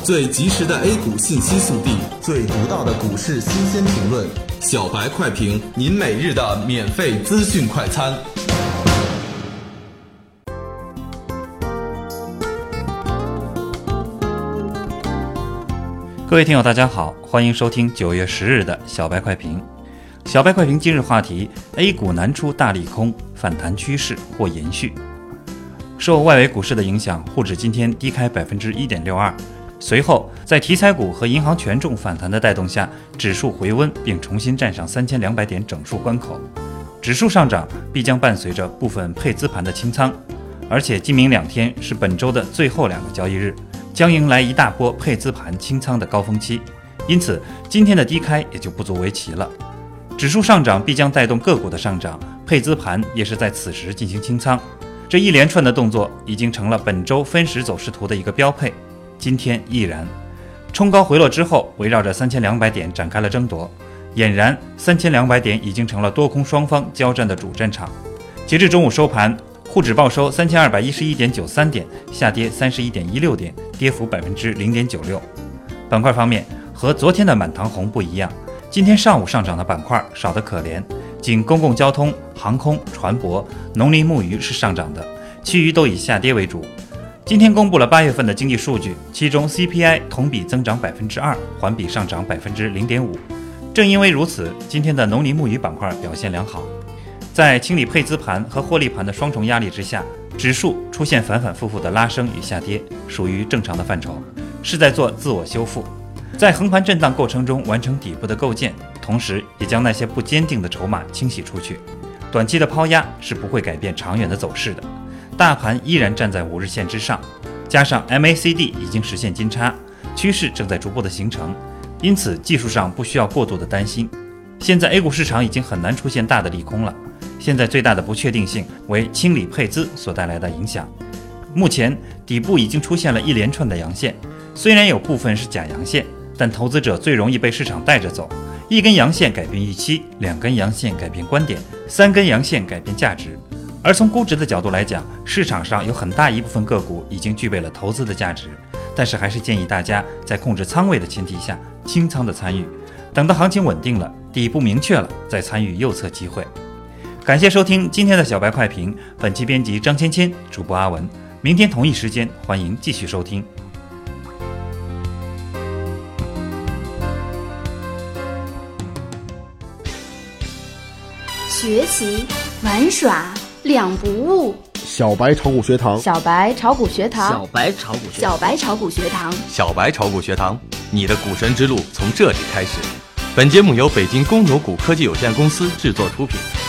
最及时的 A 股信息速递， 最独到的股市新鲜评论， 小白快评，您每日的免费资讯快餐。 各位听友大家好，欢迎收听9月10日的小白快评。小白快评今日话题： A 股难出大利空，反弹趋势或延续。受外围股市的影响，沪指今天低开 1.62%， 随后在题材股和银行权重反弹的带动下，指数回温并重新站上3200点整数关口。指数上涨必将伴随着部分配资盘的清仓，而且今明2天是本周的最后2个交易日，将迎来一大波配资盘清仓的高峰期，因此今天的低开也就不足为奇了。指数上涨必将带动个股的上涨，配资盘也是在此时进行清仓。这一连串的动作已经成了本周分时走势图的一个标配，今天亦然。冲高回落之后，围绕着3200点展开了争夺，俨然3200点已经成了多空双方交战的主战场。截至中午收盘，沪指报收3211.93点，下跌31.16点，跌幅0.96%。板块方面，和昨天的满堂红不一样，今天上午上涨的板块少得可怜，仅公共交通、航空、船舶、农林牧渔是上涨的，其余都以下跌为主。今天公布了8月份的经济数据，其中 CPI 同比增长 2%， 环比上涨 0.5%。正因为如此，今天的农林牧渔板块表现良好。在清理配资盘和获利盘的双重压力之下，指数出现反反复复的拉升与下跌，属于正常的范畴，是在做自我修复，在横盘震荡过程中完成底部的构建，同时也将那些不坚定的筹码清洗出去。短期的抛压是不会改变长远的走势的，大盘依然站在5日线之上，加上 MACD 已经实现金叉，趋势正在逐步的形成，因此技术上不需要过度的担心。现在 A 股市场已经很难出现大的利空了，现在最大的不确定性为清理配资所带来的影响。目前底部已经出现了一连串的阳线，虽然有部分是假阳线，但投资者最容易被市场带着走，一根阳线改变预期，2根阳线改变观点，3根阳线改变价值。而从估值的角度来讲，市场上有很大一部分个股已经具备了投资的价值，但是还是建议大家在控制仓位的前提下清仓的参与，等到行情稳定了，底部明确了，再参与右侧机会。感谢收听今天的小白快评，本期编辑张芊芊，主播阿文。明天同一时间欢迎继续收听。 学习玩耍两不误， 小白炒股学堂， 小白炒股学堂， 小白炒股学堂， 小白炒股学堂， 小白炒股学堂，你的股神之路从这里开始。本节目由北京公牛股科技有限公司制作出品。